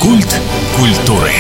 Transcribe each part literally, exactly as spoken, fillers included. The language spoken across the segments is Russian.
Культ культуры.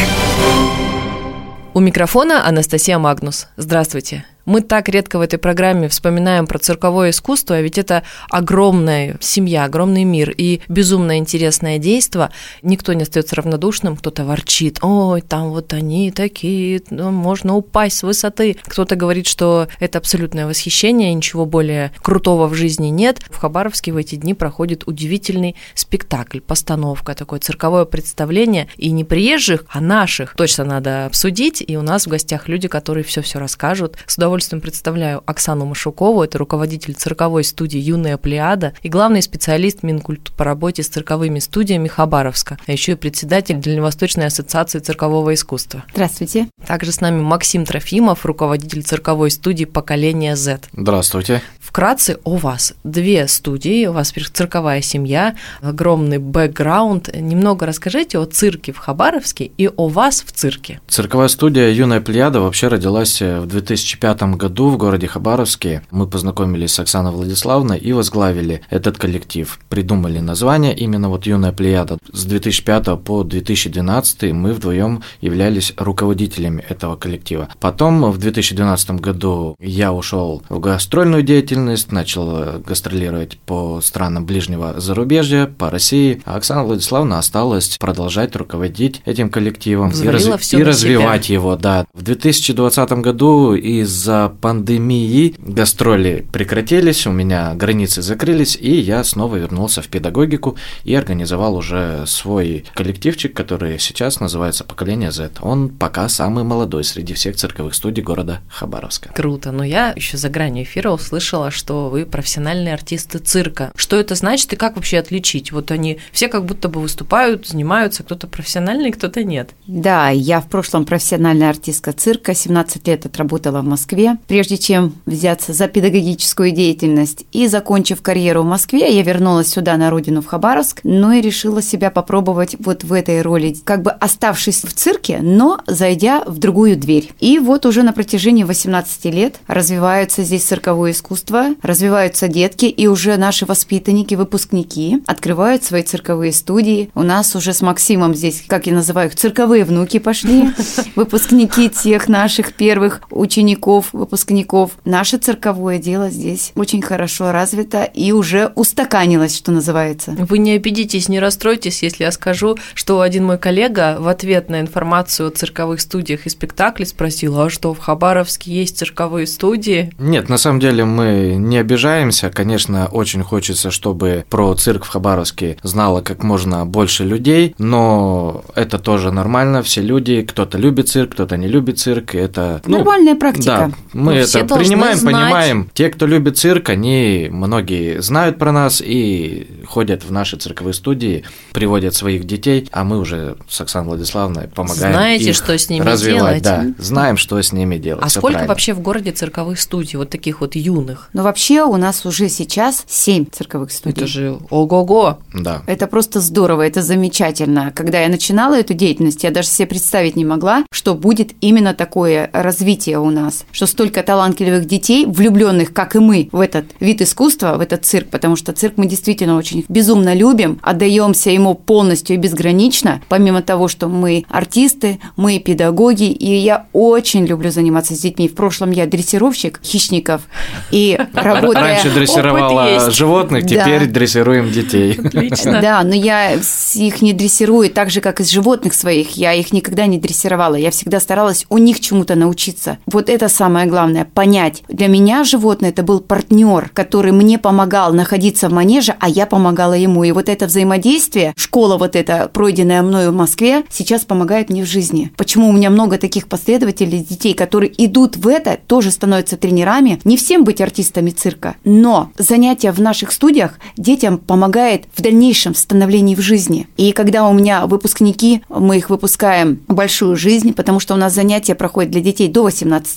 У микрофона Анастасия Магнус. Здравствуйте. Мы так редко в этой программе вспоминаем про цирковое искусство, а ведь это огромная семья, огромный мир и безумно интересное действо. Никто не остается равнодушным, кто-то ворчит: ой, там вот они такие, ну, можно упасть с высоты. Кто-то говорит, что это абсолютное восхищение, ничего более крутого в жизни нет. В Хабаровске в эти дни проходит удивительный спектакль, постановка, такое цирковое представление. И не приезжих, а наших точно надо обсудить. И у нас в гостях люди, которые все-все расскажут. С удовольствием представляю Оксану Машукову, это руководитель цирковой студии «Юная Плеяда» и главный специалист Минкульта по работе с цирковыми студиями Хабаровска, а еще и председатель Дальневосточной ассоциации циркового искусства. Здравствуйте. Также с нами Максим Трофимов, руководитель цирковой студии «Поколение Z». Здравствуйте. Вкратце о вас. Две студии, у вас цирковая семья, огромный бэкграунд. Немного расскажите о цирке в Хабаровске и о вас в цирке. Цирковая студия «Юная Плеяда» вообще родилась в две тысячи пятом году в городе Хабаровске. Мы познакомились с Оксаной Владиславовной и возглавили этот коллектив. Придумали название именно вот «Юная Плеяда». С две тысячи пятого по две тысячи двенадцатый мы вдвоем являлись руководителями этого коллектива. Потом в две тысячи двенадцатом году я ушел в гастрольную деятельность, начал гастролировать по странам ближнего зарубежья, по России, а Оксана Владиславовна осталась продолжать руководить этим коллективом и, раз... и развивать себя. его. Да. В две тысячи двадцатом году из-за пандемии гастроли прекратились, у меня границы закрылись, и я снова вернулся в педагогику и организовал уже свой коллективчик, который сейчас называется «Поколение Z». Он пока самый молодой среди всех цирковых студий города Хабаровска. Круто, но я еще за гранью эфира услышала, что вы профессиональные артисты цирка. Что это значит и как вообще отличить? Вот они все как будто бы выступают, занимаются, кто-то профессиональный, кто-то нет. Да, я в прошлом профессиональная артистка цирка, семнадцать лет отработала в Москве, прежде чем взяться за педагогическую деятельность. И, закончив карьеру в Москве, я вернулась сюда, на родину, в Хабаровск, но и решила себя попробовать вот в этой роли, как бы оставшись в цирке, но зайдя в другую дверь. И вот уже на протяжении восемнадцати лет развиваются здесь цирковое искусство, развиваются детки, и уже наши воспитанники, выпускники открывают свои цирковые студии. У нас уже с Максимом здесь, как я называю их, цирковые внуки пошли, выпускники тех наших первых учеников, выпускников. Наше цирковое дело здесь очень хорошо развито и уже устаканилось, что называется. Вы не обидитесь, не расстройтесь, если я скажу, что один мой коллега в ответ на информацию о цирковых студиях и спектаклях спросил: а что, в Хабаровске есть цирковые студии? Нет, на самом деле мы не обижаемся. Конечно, очень хочется, чтобы про цирк в Хабаровске знало как можно больше людей, но это тоже нормально. Все люди, кто-то любит цирк, кто-то не любит цирк. Это ну, нормальная практика. Да, мы ну, это принимаем, знать. понимаем. Те, кто любит цирк, они многие знают про нас и ходят в наши цирковые студии, приводят своих детей, а мы уже с Оксаной Владиславовной помогаем. Знаете, их что с ними развивать. делать? Да, знаем, что с ними делать. А Всё сколько правильно. вообще в городе цирковых студий, вот таких вот юных? Но вообще у нас уже сейчас семь цирковых студий. Это же ого-го! Да. Это просто здорово, это замечательно. Когда я начинала эту деятельность, я даже себе представить не могла, что будет именно такое развитие у нас, что столько талантливых детей, влюбленных, как и мы, в этот вид искусства, в этот цирк, потому что цирк мы действительно очень безумно любим, отдаемся ему полностью и безгранично, помимо того, что мы артисты, мы педагоги, и я очень люблю заниматься с детьми. В прошлом я дрессировщик хищников, и работая... Раньше дрессировала животных, теперь да. дрессируем детей. Отлично. Да, но я их не дрессирую так же, как и с животных своих. Я их никогда не дрессировала. Я всегда старалась у них чему-то научиться. Вот это самое главное – понять. Для меня животное – это был партнер, который мне помогал находиться в манеже, а я помогала ему. И вот это взаимодействие, школа вот эта, пройденная мною в Москве, сейчас помогает мне в жизни. Почему у меня много таких последователей, детей, которые идут в это, тоже становятся тренерами. Не всем быть артистами цирка, но занятия в наших студиях детям помогает в дальнейшем становлении в жизни. И когда у меня выпускники, мы их выпускаем в большую жизнь, потому что у нас занятия проходят для детей до восемнадцати лет,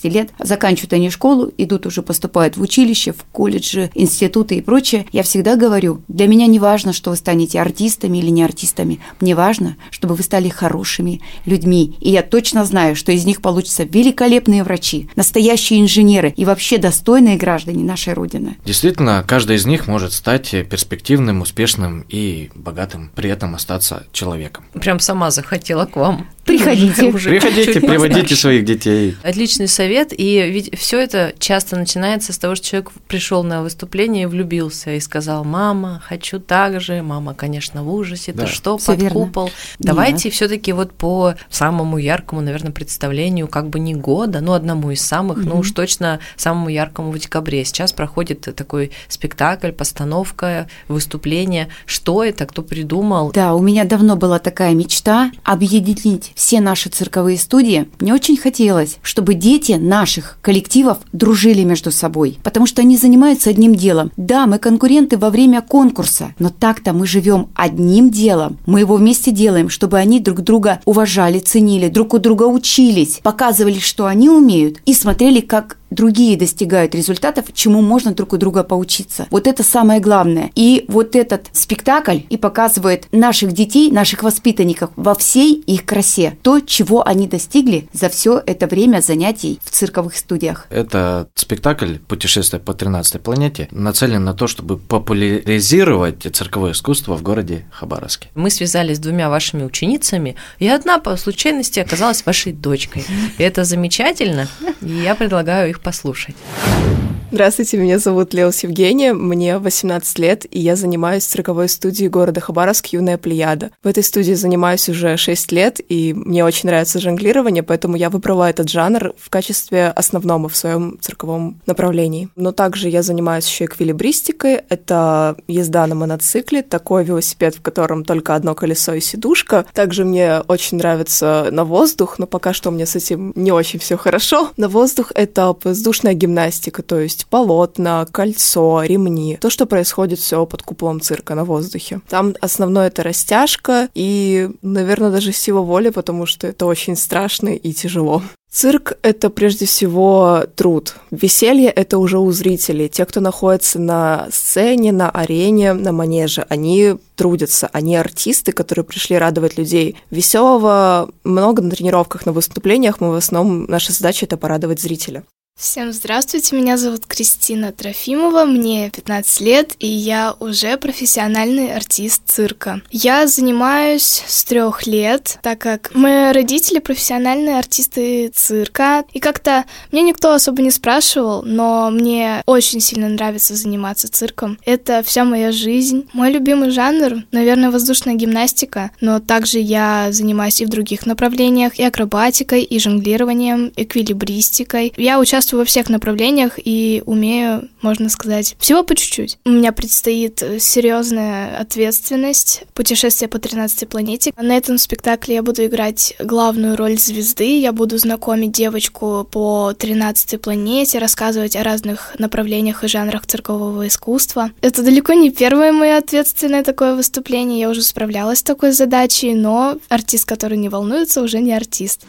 заканчивают они школу, идут уже, поступают в училище, в колледжи, институты и прочее, я всегда говорю, для меня не важно, что вы станете артистами или не артистами, мне важно, чтобы вы стали хорошими людьми, и я точно знаю, что из них получатся великолепные врачи, настоящие инженеры и вообще достойные граждане нашей Родины. Действительно, каждый из них может стать перспективным, успешным и богатым, при этом остаться человеком. Прям сама захотела к вам. Приходите. Уже Приходите, чуть-чуть приводите постарше. своих детей. Отличный совет, и ведь все это часто начинается с того, что человек пришел на выступление и влюбился, и сказал: мама, хочу так же, мама, конечно, в ужасе, Да. ты что, Всё под верно. купол? Давайте все-таки вот по самому яркому, наверное, представлению, как бы не года, но одному из самых, Мгм. ну уж точно самому яркому в декабре. Сейчас проходит такой спектакль, постановка, выступление. Что это, кто придумал? Да, у меня давно была такая мечта объединить все наши цирковые студии. Мне очень хотелось, чтобы дети наших коллективов дружили между собой, потому что они занимаются одним делом. Да, мы конкуренты во время конкурса, но так-то мы живем одним делом. Мы его вместе делаем, чтобы они друг друга уважали, ценили, друг у друга учились, показывали, что они умеют, и смотрели, как другие достигают результатов, чему можно друг у друга поучиться. Вот это самое главное. И вот этот спектакль и показывает наших детей, наших воспитанников во всей их красе. То, чего они достигли за все это время занятий в цирковых студиях. Это спектакль «Путешествие по тринадцатой планете» нацелен на то, чтобы популяризировать цирковое искусство в городе Хабаровске. Мы связались с двумя вашими ученицами, и одна по случайности оказалась вашей дочкой. И это замечательно, и я предлагаю их послушать. Здравствуйте, меня зовут Леус Евгения, мне восемнадцать лет, и я занимаюсь в цирковой студии города Хабаровск «Юная Плеяда». В этой студии занимаюсь уже шесть лет, и мне очень нравится жонглирование, поэтому я выбрала этот жанр в качестве основного в своем цирковом направлении. Но также я занимаюсь еще эквилибристикой, это езда на моноцикле, такой велосипед, в котором только одно колесо и сидушка. Также мне очень нравится на воздух, но пока что у меня с этим не очень все хорошо. На воздух — это воздушная гимнастика, то есть полотна, кольцо, ремни. То, что происходит все под куполом цирка на воздухе. Там основное — это растяжка и, наверное, даже сила воли, потому что это очень страшно и тяжело. Цирк — это прежде всего труд. Веселье — это уже у зрителей. Те, кто находится на сцене, на арене, на манеже, они трудятся. Они артисты, которые пришли радовать людей. Веселого много на тренировках, на выступлениях. Мы в основном, наша задача — это порадовать зрителя. Всем здравствуйте, меня зовут Кристина Трофимова, мне пятнадцать лет, и я уже профессиональный артист цирка. Я занимаюсь с трех лет, так как мои родители профессиональные артисты цирка, и как-то меня никто особо не спрашивал, но мне очень сильно нравится заниматься цирком. Это вся моя жизнь. Мой любимый жанр, наверное, воздушная гимнастика, но также я занимаюсь и в других направлениях, и акробатикой, и жонглированием, эквилибристикой. Я участвую во всех направлениях и умею, можно сказать, всего по чуть-чуть. У меня предстоит серьезная ответственность, путешествие по тринадцатой планете. На этом спектакле я буду играть главную роль звезды, я буду знакомить девочку по тринадцатой планете, рассказывать о разных направлениях и жанрах циркового искусства. Это далеко не первое мое ответственное такое выступление, я уже справлялась с такой задачей, но артист, который не волнуется, уже не артист.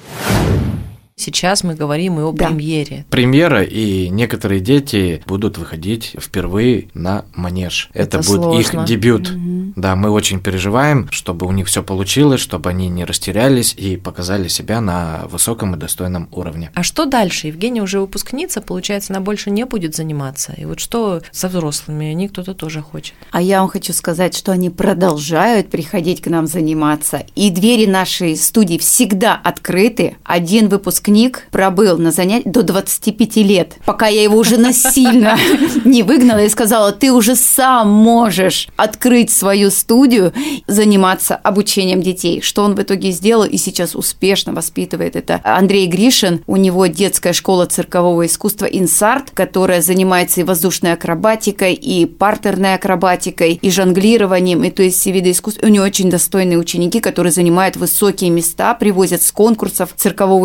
Сейчас мы говорим и о Да. премьере. Премьера, и некоторые дети будут выходить впервые на манеж. Это, Это будет сложно. их дебют. Мгм. Да, мы очень переживаем, чтобы у них все получилось, чтобы они не растерялись и показали себя на высоком и достойном уровне. А что дальше? Евгения уже выпускница, получается, она больше не будет заниматься. И вот что со взрослыми? Они кто-то тоже хочет. А я вам хочу сказать, что они продолжают приходить к нам заниматься. И двери нашей студии всегда открыты. Один выпускник пробыл на занятии до двадцати пяти лет, пока я его уже насильно не выгнала и сказала: ты уже сам можешь открыть свою студию, заниматься обучением детей. Что он в итоге сделал и сейчас успешно воспитывает. Это Андрей Гришин. У него детская школа циркового искусства «Инсарт», которая занимается и воздушной акробатикой, и партерной акробатикой, и жонглированием, и то есть все виды искусства. У него очень достойные ученики, которые занимают высокие места, привозят с конкурсов циркового искусства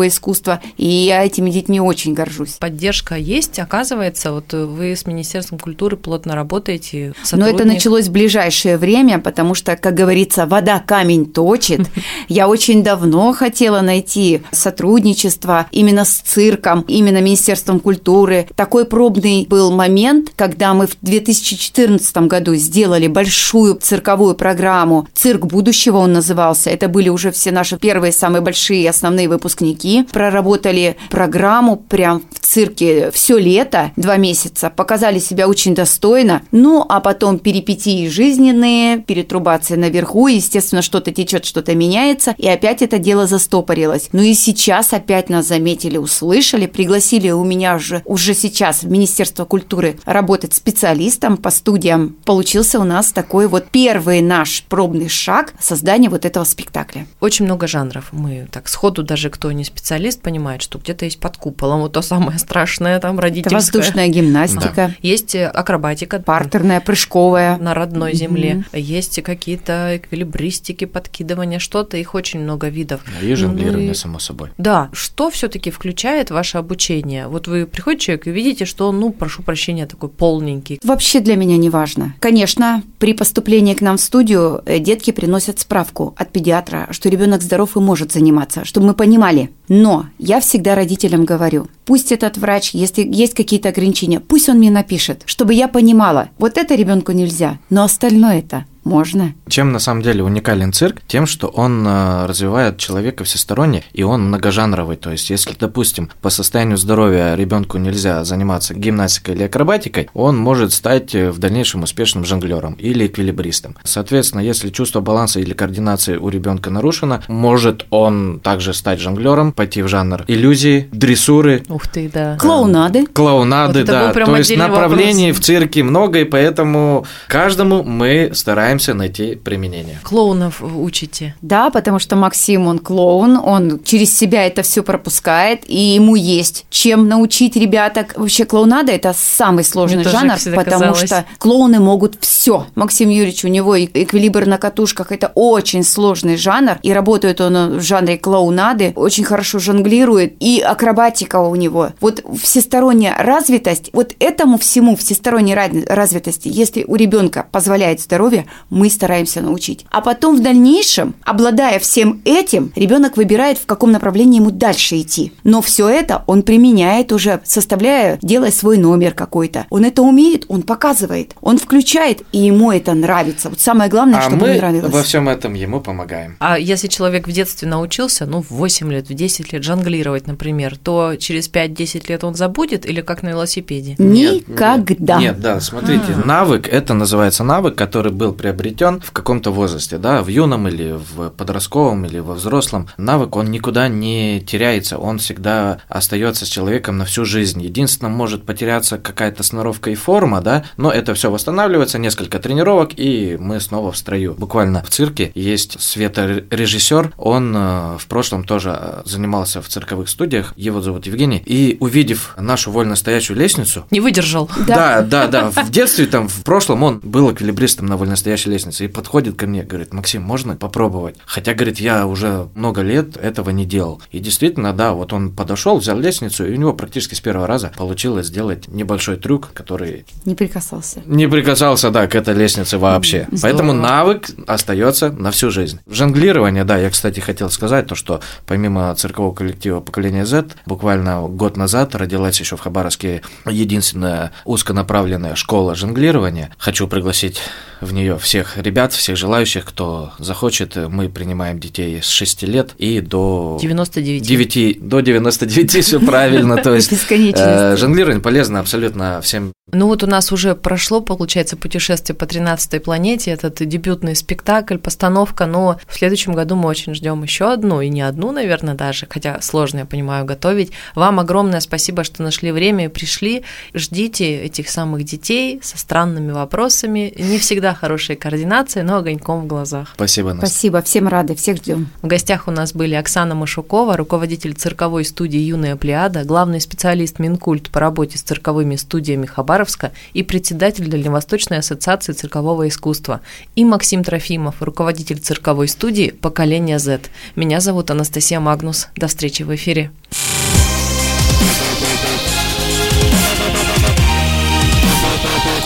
искусства, и я этими детьми очень горжусь. Поддержка есть, оказывается, вот вы с Министерством культуры плотно работаете, Но это началось в ближайшее время, потому что, как говорится, вода камень точит. Я очень давно хотела найти сотрудничество именно с цирком, именно Министерством культуры. Такой пробный был момент, когда мы в две тысячи четырнадцатом году сделали большую цирковую программу «Цирк будущего» он назывался. Это были уже все наши первые самые большие основные выпускники. Проработали программу прям в цирке все лето, два месяца, показали себя очень достойно. Ну, а потом перипетии жизненные, перетрубация наверху, естественно, что-то течет, что-то меняется, и опять это дело застопорилось. Ну и сейчас опять нас заметили, услышали, пригласили у меня же уже сейчас в Министерство культуры работать специалистом по студиям. Получился у нас такой вот первый наш пробный шаг создания вот этого спектакля. Очень много жанров. Мы так сходу, даже кто не специалист, понимает, что где-то есть под куполом вот то самое страшное, там, родительское. Это воздушная гимнастика. Да. Есть акробатика. Партерная, прыжковая. На родной земле. Mm-hmm. Есть какие-то эквилибристики, подкидывания, что-то. Их очень много видов. И жонглирование, ну, само собой. Да. Что все-таки включает ваше обучение? Вот вы приходите человек и видите, что он, ну, прошу прощения, такой полненький. Вообще для меня не важно. Конечно, при поступлении к нам в студию детки приносят справку от педиатра, что ребенок здоров и может заниматься, чтобы мы понимали. Но я всегда родителям говорю, пусть этот врач, если есть какие-то ограничения, пусть он мне напишет, чтобы я понимала, вот это ребенку нельзя, но остальное-то можно. Чем на самом деле уникален цирк? Тем, что он э, развивает человека всесторонне, и он многожанровый. То есть, если, допустим, по состоянию здоровья ребенку нельзя заниматься гимнастикой или акробатикой, он может стать в дальнейшем успешным жонглером или эквилибристом. Соответственно, если чувство баланса или координации у ребенка нарушено, может он также стать жонглером, пойти в жанр иллюзии, дрессуры. Ух ты, да. Клоунады. Клоунады, вот да. То есть направлений вопрос. В цирке много, и поэтому каждому мы стараемся найти применение. Клоунов учите? Да, потому что Максим, он клоун, он через себя это все пропускает, и ему есть чем научить ребяток. Вообще клоунада – это самый сложный Мне жанр, потому казалось. Что клоуны могут все. Максим Юрьевич, у него эквилибр на катушках – это очень сложный жанр, и работает он в жанре клоунады, очень хорошо жонглирует, и акробатика у него. Вот всесторонняя развитость, вот этому всему всесторонней развитости, если у ребенка позволяет здоровье, мы стараемся научить. А потом в дальнейшем, обладая всем этим, ребенок выбирает, в каком направлении ему дальше идти. Но все это он применяет уже, составляя, делая свой номер какой-то. Он это умеет, он показывает, он включает, и ему это нравится. Вот самое главное, а чтобы ему нравилось. А мы во всем этом ему помогаем. А если человек в детстве научился, ну, в восемь лет, в десять лет жонглировать, например, то через пять-десять лет он забудет или как на велосипеде? Никогда. Нет, нет, да, смотрите, А-а-а. навык, это называется навык, который был приобретен в каком-то возрасте, да, в юном или в подростковом или во взрослом. Навык, он никуда не теряется, он всегда остается с человеком на всю жизнь. Единственное, может потеряться какая-то сноровка и форма, да, но это все восстанавливается, несколько тренировок, и мы снова в строю. Буквально в цирке есть светорежиссер, он в прошлом тоже занимался в цирковых студиях, его зовут Евгений, и увидев нашу вольностоящую лестницу... Не выдержал. Да, да, да, в детстве, там, в прошлом он был эквилибристом на вольностоящей лестнице и подходит ко мне, говорит: Максим, можно попробовать? Хотя, говорит, я уже много лет этого не делал. И действительно, да, вот он подошел, взял лестницу, и у него практически с первого раза получилось сделать небольшой трюк, который... Не прикасался. Не прикасался, да, к этой лестнице вообще. Здорово. Поэтому навык остается на всю жизнь. Жонглирование, да, я, кстати, хотел сказать то, что помимо циркового коллектива поколения Z, буквально год назад родилась еще в Хабаровске единственная узконаправленная школа жонглирования. Хочу пригласить в нее всех ребят, всех желающих, кто захочет. Мы принимаем детей с шести лет и до девяноста девяти. девяти, до девяноста девяти, все правильно. То есть жонглирование полезно абсолютно всем. Ну вот у нас уже прошло, получается, путешествие по тринадцатой планете, этот дебютный спектакль, постановка, но в следующем году мы очень ждем еще одну, и не одну, наверное, даже, хотя сложно, я понимаю, готовить. Вам огромное спасибо, что нашли время и пришли. Ждите этих самых детей со странными вопросами. Не всегда хорошая координация, но огоньком в глазах. Спасибо, Настя. Спасибо, всем рады, всех ждем. В гостях у нас были Оксана Машукова, руководитель цирковой студии «Юная Плеяда», главный специалист Минкульт по работе с цирковыми студиями Хабаровска и председатель Дальневосточной ассоциации циркового искусства, и Максим Трофимов, руководитель цирковой студии «Поколение Z». Меня зовут Анастасия Магнус. До встречи в эфире.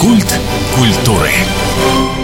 Культ культуры.